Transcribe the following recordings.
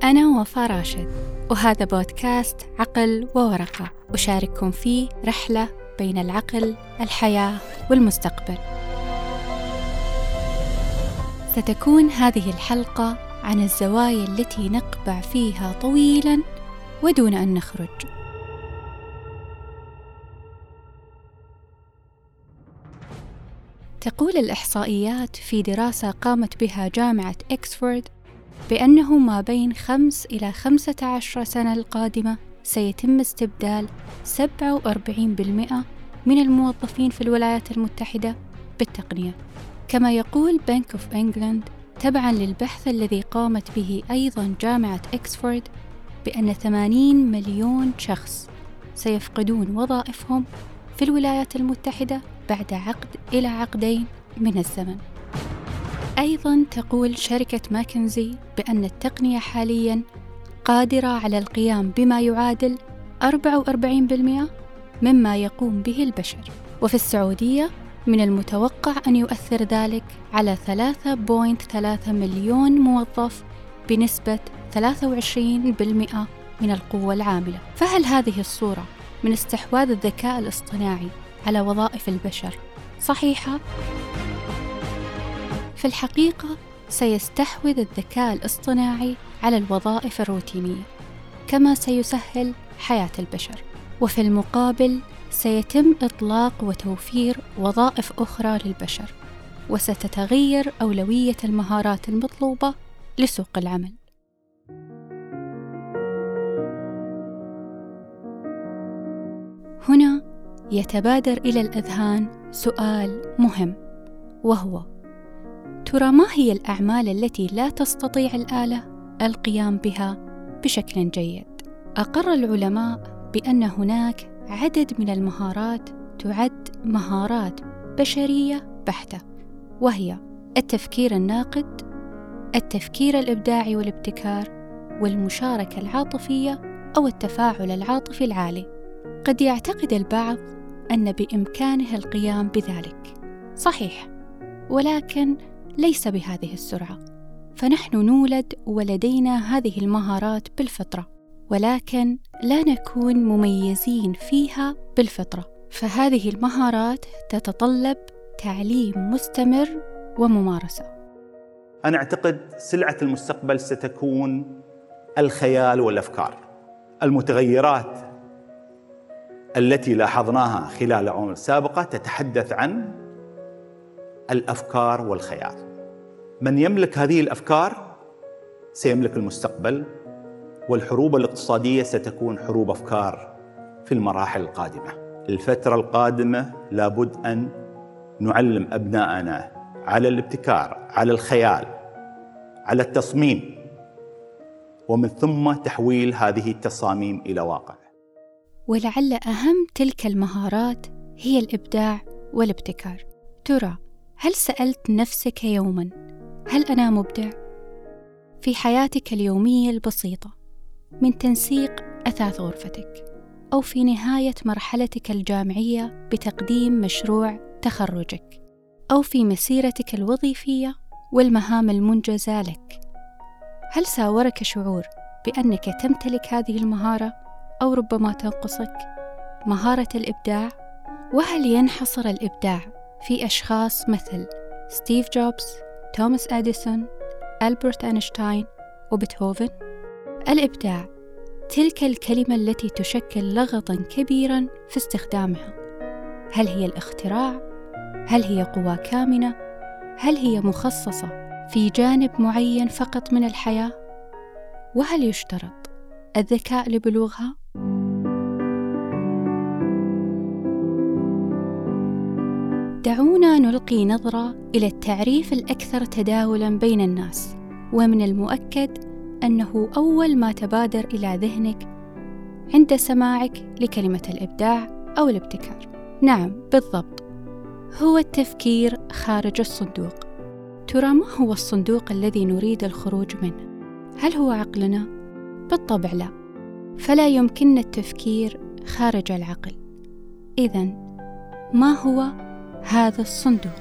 أنا وفاء راشد، وهذا بودكاست عقل وورقة، أشارككم فيه رحلة بين العقل، الحياة والمستقبل. ستكون هذه الحلقة عن الزوايا التي نقبع فيها طويلاً ودون أن نخرج. تقول الإحصائيات في دراسة قامت بها جامعة إكسفورد بأنه ما بين 5 إلى 15 سنة القادمة سيتم استبدال 47% من الموظفين في الولايات المتحدة بالتقنية. كما يقول بنك أوف إنجلند تبعاً للبحث الذي قامت به أيضاً جامعة إكسفورد بأن 80 مليون شخص سيفقدون وظائفهم في الولايات المتحدة بعد عقد إلى عقدين من الزمن. أيضاً تقول شركة ماكنزي بأن التقنية حالياً قادرة على القيام بما يعادل 44% مما يقوم به البشر. وفي السعودية من المتوقع أن يؤثر ذلك على 3.3 مليون موظف بنسبة 23% من القوة العاملة. فهل هذه الصورة من استحواذ الذكاء الاصطناعي على وظائف البشر صحيحة؟ في الحقيقة سيستحوذ الذكاء الاصطناعي على الوظائف الروتينية كما سيسهل حياة البشر، وفي المقابل سيتم إطلاق وتوفير وظائف أخرى للبشر، وستتغير أولوية المهارات المطلوبة لسوق العمل. هنا يتبادر إلى الأذهان سؤال مهم، وهو: ترى ما هي الأعمال التي لا تستطيع الآلة القيام بها بشكل جيد؟ أقر العلماء بأن هناك عدد من المهارات تعد مهارات بشرية بحتة، وهي التفكير الناقد، التفكير الإبداعي والابتكار، والمشاركة العاطفية أو التفاعل العاطفي العالي. قد يعتقد البعض أن بإمكانه القيام بذلك، صحيح، ولكن ليس بهذه السرعة. فنحن نولد ولدينا هذه المهارات بالفطرة، ولكن لا نكون مميزين فيها بالفطرة. فهذه المهارات تتطلب تعليم مستمر وممارسة. أنا أعتقد سلعة المستقبل ستكون الخيال والأفكار. المتغيرات التي لاحظناها خلال العوامل السابقة تتحدث عن الأفكار والخيال. من يملك هذه الأفكار سيملك المستقبل، والحروب الاقتصادية ستكون حروب أفكار في المراحل القادمة. الفترة القادمة لابد أن نعلم أبناءنا على الابتكار، على الخيال، على التصميم، ومن ثم تحويل هذه التصاميم إلى واقع. ولعل أهم تلك المهارات هي الإبداع والابتكار. ترى هل سألت نفسك يوماً: هل أنا مبدع؟ في حياتك اليومية البسيطة، من تنسيق أثاث غرفتك، أو في نهاية مرحلتك الجامعية بتقديم مشروع تخرجك، أو في مسيرتك الوظيفية والمهام المنجزة لك. هل ساورك شعور بأنك تمتلك هذه المهارة، أو ربما تنقصك مهارة الإبداع؟ وهل ينحصر الإبداع في أشخاص مثل ستيف جوبز، توماس أديسون، ألبرت أينشتاين وبيتهوفن؟ الإبداع تلك الكلمة التي تشكل لغطاً كبيراً في استخدامها. هل هي الاختراع؟ هل هي قوة كامنة؟ هل هي مخصصة في جانب معين فقط من الحياة؟ وهل يشترط الذكاء لبلوغها؟ دعونا نلقي نظرة إلى التعريف الأكثر تداولاً بين الناس، ومن المؤكد أنه أول ما تبادر إلى ذهنك عند سماعك لكلمة الإبداع أو الابتكار. نعم، بالضبط، هو التفكير خارج الصندوق. ترى ما هو الصندوق الذي نريد الخروج منه؟ هل هو عقلنا؟ بالطبع لا، فلا يمكننا التفكير خارج العقل. إذن ما هو هذا الصندوق؟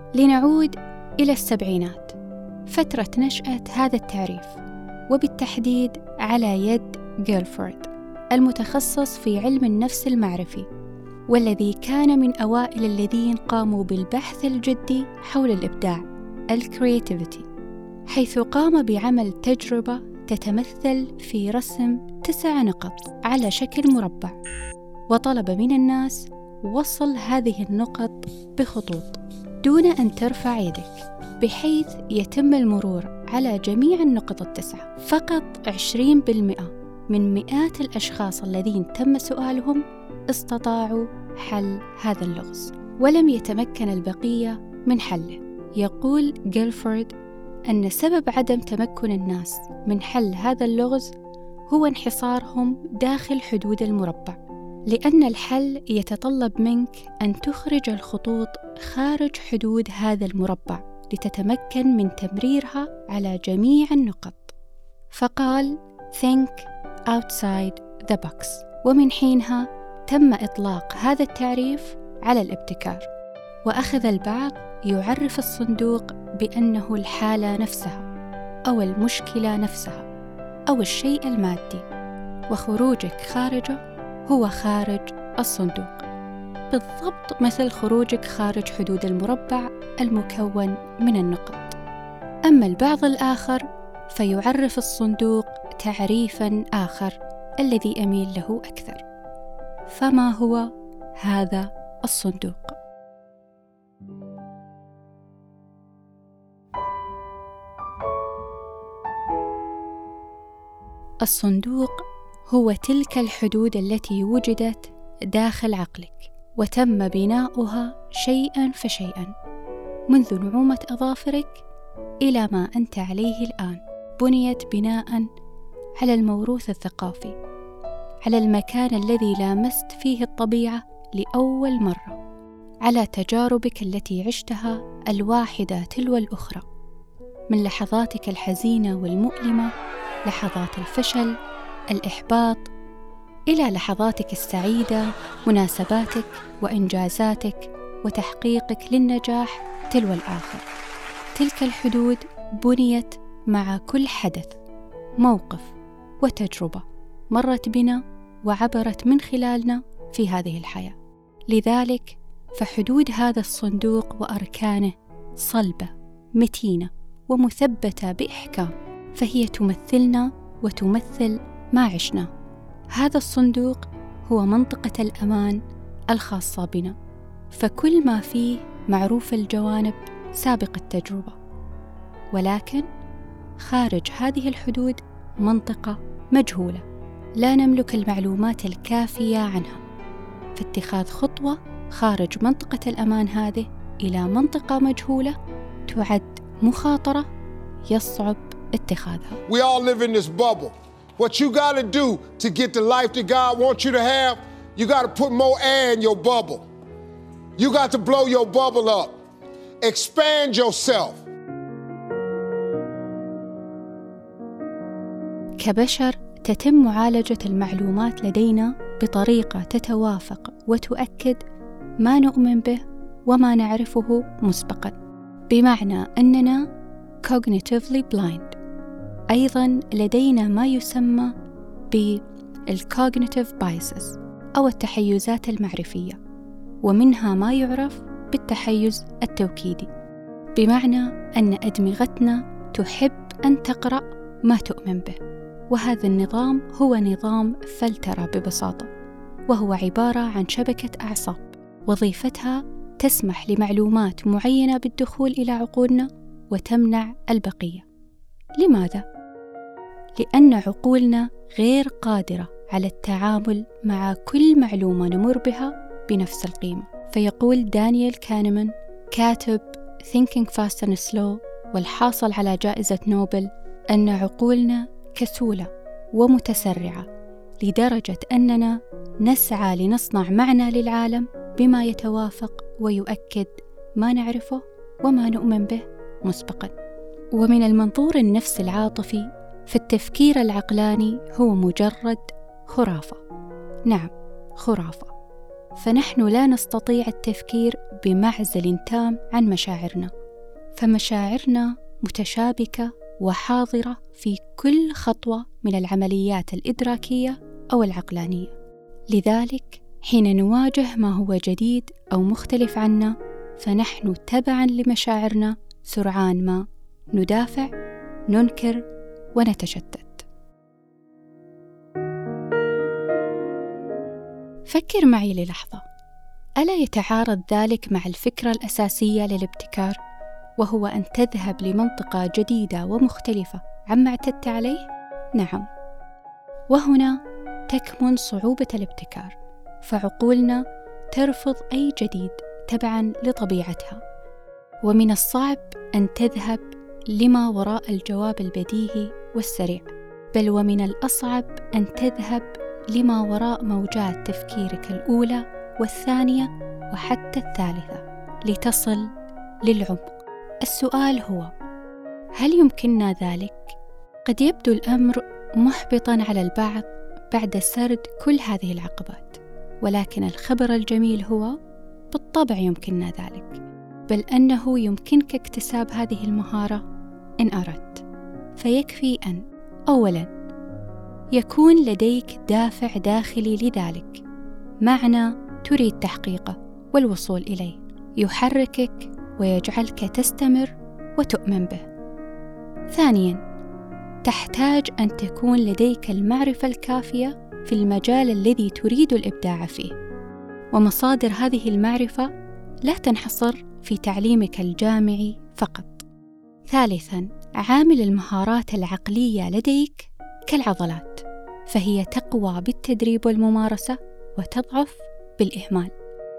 لنعود إلى السبعينات، فترة نشأة هذا التعريف، وبالتحديد على يد جيلفورد المتخصص في علم النفس المعرفي، والذي كان من أوائل الذين قاموا بالبحث الجدي حول الإبداع الكرياتيفيتي، حيث قام بعمل تجربة تتمثل في رسم 9 نقط على شكل مربع، وطلب من الناس وصل هذه النقط بخطوط دون أن ترفع يدك، بحيث يتم المرور على جميع النقط 9. فقط 20% من مئات الأشخاص الذين تم سؤالهم استطاعوا حل هذا اللغز، ولم يتمكن البقية من حله. يقول جيلفورد أن سبب عدم تمكن الناس من حل هذا اللغز هو انحصارهم داخل حدود المربع، لأن الحل يتطلب منك أن تخرج الخطوط خارج حدود هذا المربع لتتمكن من تمريرها على جميع النقط. فقال think outside the box، ومن حينها تم إطلاق هذا التعريف على الابتكار. وأخذ البعض يعرف الصندوق بأنه الحالة نفسها أو المشكلة نفسها أو الشيء المادي، وخروجك خارجه هو خارج الصندوق، بالضبط مثل خروجك خارج حدود المربع المكون من النقط. أما البعض الآخر فيعرف الصندوق تعريفاً آخر الذي أميل له أكثر. فما هو هذا الصندوق؟ الصندوق هو تلك الحدود التي وجدت داخل عقلك وتم بناؤها شيئاً فشيئاً منذ نعومة أظافرك إلى ما أنت عليه الآن. بنيت بناء على الموروث الثقافي، على المكان الذي لامست فيه الطبيعة لأول مرة، على تجاربك التي عشتها الواحدة تلو الأخرى، من لحظاتك الحزينة والمؤلمة، لحظات الفشل، الإحباط، إلى لحظاتك السعيدة، مناسباتك وإنجازاتك وتحقيقك للنجاح تلو الآخر. تلك الحدود بنيت مع كل حدث، موقف وتجربة مرت بنا وعبرت من خلالنا في هذه الحياة. لذلك فحدود هذا الصندوق وأركانه صلبة متينة ومثبتة بإحكام، فهي تمثلنا وتمثل ما عشنا. هذا الصندوق هو منطقة الأمان الخاصة بنا، فكل ما فيه معروف الجوانب سابق التجربة، ولكن خارج هذه الحدود منطقة مجهولة لا نملك المعلومات الكافية عنها، فاتخاذ خطوة خارج منطقة الأمان هذه إلى منطقة مجهولة تعد مخاطرة يصعب اتخاذها. We all live in this bubble. What you got to do to get the life that God wants you to have, you got to put more air in your bubble. You got to blow your bubble up. Expand yourself. كبشر تتم معالجة المعلومات لدينا بطريقة تتوافق وتؤكد ما نؤمن به وما نعرفه مسبقاً، بمعنى أننا cognitively blind. أيضاً لدينا ما يسمى بالcognitive biases أو التحيزات المعرفية، ومنها ما يعرف بالتحيز التوكيدي، بمعنى أن أدمغتنا تحب أن تقرأ ما تؤمن به. وهذا النظام هو نظام فلترة ببساطة، وهو عبارة عن شبكة أعصاب وظيفتها تسمح لمعلومات معينة بالدخول إلى عقولنا وتمنع البقية. لماذا؟ لأن عقولنا غير قادرة على التعامل مع كل معلومة نمر بها بنفس القيمة. فيقول دانيال كانمان كاتب Thinking Fast and Slow والحاصل على جائزة نوبل أن عقولنا كسولة ومتسرعة لدرجة أننا نسعى لنصنع معنى للعالم بما يتوافق ويؤكد ما نعرفه وما نؤمن به مسبقاً. ومن المنظور النفسي العاطفي فالتفكير العقلاني هو مجرد خرافة. نعم، خرافة. فنحن لا نستطيع التفكير بمعزل تام عن مشاعرنا، فمشاعرنا متشابكة وحاضرة في كل خطوة من العمليات الإدراكية أو العقلانية. لذلك حين نواجه ما هو جديد أو مختلف عنا، فنحن تبعاً لمشاعرنا سرعان ما ندافع، ننكر ونتشتت. فكر معي للحظة، ألا يتعارض ذلك مع الفكرة الأساسية للابتكار، وهو أن تذهب لمنطقة جديدة ومختلفة عما اعتدت عليه؟ نعم، وهنا تكمن صعوبة الابتكار، فعقولنا ترفض أي جديد تبعاً لطبيعتها، ومن الصعب أن تذهب لما وراء الجواب البديهي والسريع، بل ومن الأصعب أن تذهب لما وراء موجات تفكيرك الأولى والثانية وحتى الثالثة لتصل للعمق. السؤال هو: هل يمكننا ذلك؟ قد يبدو الأمر محبطاً على البعض بعد سرد كل هذه العقبات، ولكن الخبر الجميل هو بالطبع يمكننا ذلك، بل أنه يمكنك اكتساب هذه المهارة إن أردت. فيكفي أن أولاً يكون لديك دافع داخلي لذلك، معنى تريد تحقيقه والوصول إليه، يحركك ويجعلك تستمر وتؤمن به. ثانياً تحتاج أن تكون لديك المعرفة الكافية في المجال الذي تريد الإبداع فيه، ومصادر هذه المعرفة لا تنحصر في تعليمك الجامعي فقط. ثالثاً عامل المهارات العقلية لديك كالعضلات، فهي تقوى بالتدريب والممارسة وتضعف بالإهمال.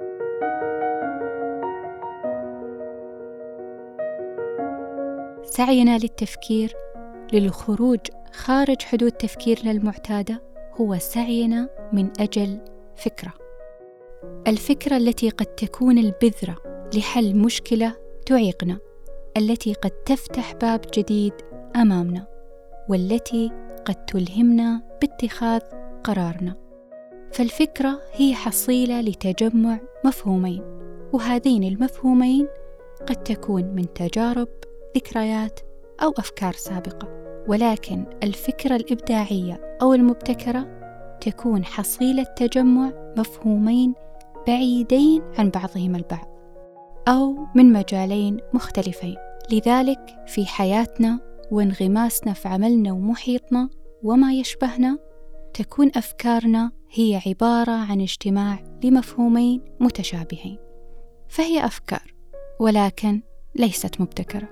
سعينا للتفكير، للخروج خارج حدود تفكيرنا المعتادة، هو سعينا من أجل فكرة، الفكرة التي قد تكون البذرة لحل مشكلة تعيقنا، التي قد تفتح باب جديد أمامنا، والتي قد تلهمنا باتخاذ قرارنا. فالفكرة هي حصيلة لتجمع مفهومين، وهذين المفهومين قد تكون من تجارب، ذكريات أو أفكار سابقة، ولكن الفكرة الإبداعية أو المبتكرة تكون حصيلة تجمع مفهومين بعيدين عن بعضهما البعض أو من مجالين مختلفين. لذلك في حياتنا وانغماسنا في عملنا ومحيطنا وما يشبهنا، تكون أفكارنا هي عبارة عن اجتماع لمفهومين متشابهين، فهي أفكار ولكن ليست مبتكرة.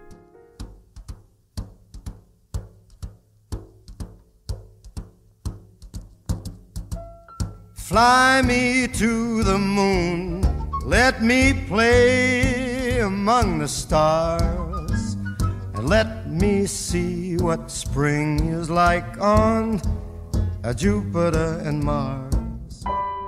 Fly me to the moon, let me play among the stars, and let me see what spring is like on Jupiter and Mars.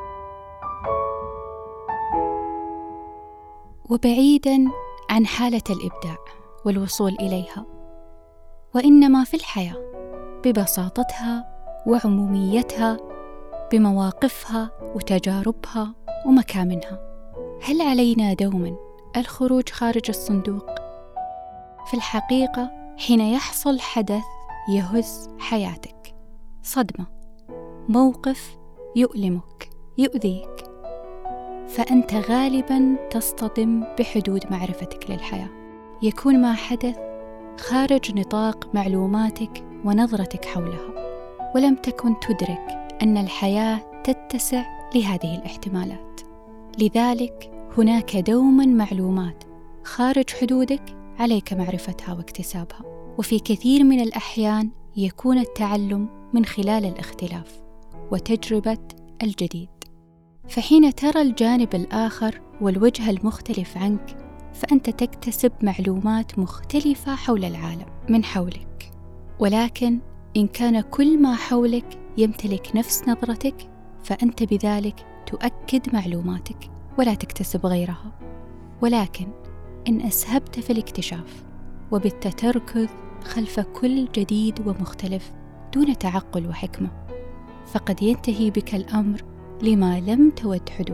وبعيداً عن حالة الإبداع والوصول إليها، وإنما في الحياة ببساطتها وعموميتها، بمواقفها وتجاربها ومكامنها. هل علينا دوماً الخروج خارج الصندوق؟ في الحقيقة حين يحصل حدث يهز حياتك، صدمة، موقف يؤلمك، يؤذيك، فأنت غالباً تصطدم بحدود معرفتك للحياة. يكون ما حدث خارج نطاق معلوماتك ونظرتك حولها، ولم تكن تدرك أن الحياة تتسع لهذه الاحتمالات. لذلك هناك دوماً معلومات خارج حدودك عليك معرفتها واكتسابها، وفي كثير من الأحيان يكون التعلم من خلال الاختلاف وتجربة الجديد. فحين ترى الجانب الآخر والوجه المختلف عنك، فأنت تكتسب معلومات مختلفة حول العالم من حولك. ولكن إن كان كل ما حولك يمتلك نفس نظرتك، فأنت بذلك تؤكد معلوماتك ولا تكتسب غيرها. ولكن إن أسهبت في الاكتشاف وبت تركض خلف كل جديد ومختلف دون تعقل وحكمة، فقد ينتهي بك الأمر لما لم تود حدوثه.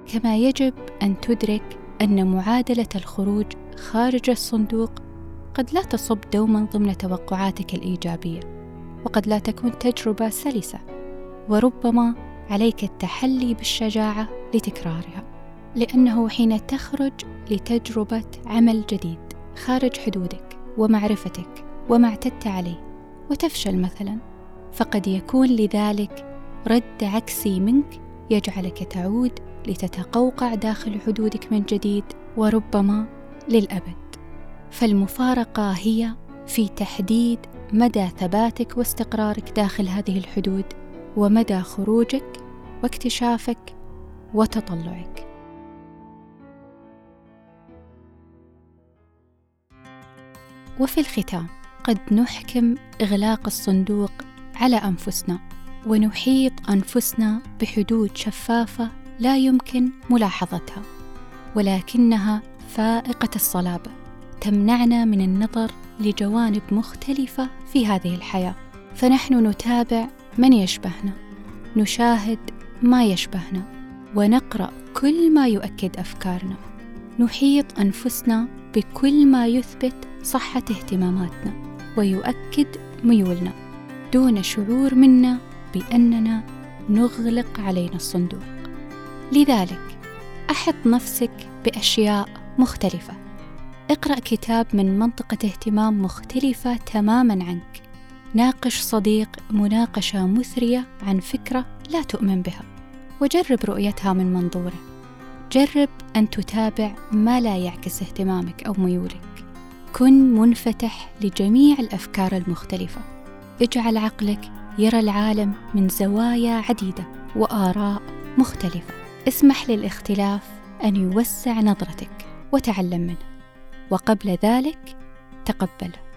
كما يجب أن تدرك أن معادلة الخروج خارج الصندوق قد لا تصب دوما ضمن توقعاتك الإيجابية، وقد لا تكون تجربة سلسة، وربما عليك التحلي بالشجاعة لتكرارها، لأنه حين تخرج لتجربة عمل جديد خارج حدودك ومعرفتك وما اعتدت عليه وتفشل مثلا، فقد يكون لذلك رد عكسي منك يجعلك تعود لتتقوقع داخل حدودك من جديد، وربما للأبد. فالمفارقة هي في تحديد مدى ثباتك واستقرارك داخل هذه الحدود، ومدى خروجك واكتشافك وتطلعك. وفي الختام قد نحكم إغلاق الصندوق على أنفسنا، ونحيط أنفسنا بحدود شفافة لا يمكن ملاحظتها، ولكنها فائقة الصلابة، تمنعنا من النظر لجوانب مختلفة في هذه الحياة. فنحن نتابع من يشبهنا، نشاهد ما يشبهنا، ونقرأ كل ما يؤكد أفكارنا، نحيط أنفسنا بكل ما يثبت صحة اهتماماتنا ويؤكد ميولنا، دون شعور منا بأننا نغلق علينا الصندوق. لذلك أحط نفسك بأشياء مختلفة، اقرأ كتاب من منطقة اهتمام مختلفة تماماً عنك، ناقش صديق مناقشة مثرية عن فكرة لا تؤمن بها وجرب رؤيتها من منظوره، جرب أن تتابع ما لا يعكس اهتمامك أو ميولك، كن منفتح لجميع الأفكار المختلفة، اجعل عقلك يرى العالم من زوايا عديدة وآراء مختلفة، اسمح للاختلاف أن يوسع نظرتك وتعلم منه، وقبل ذلك تقبله.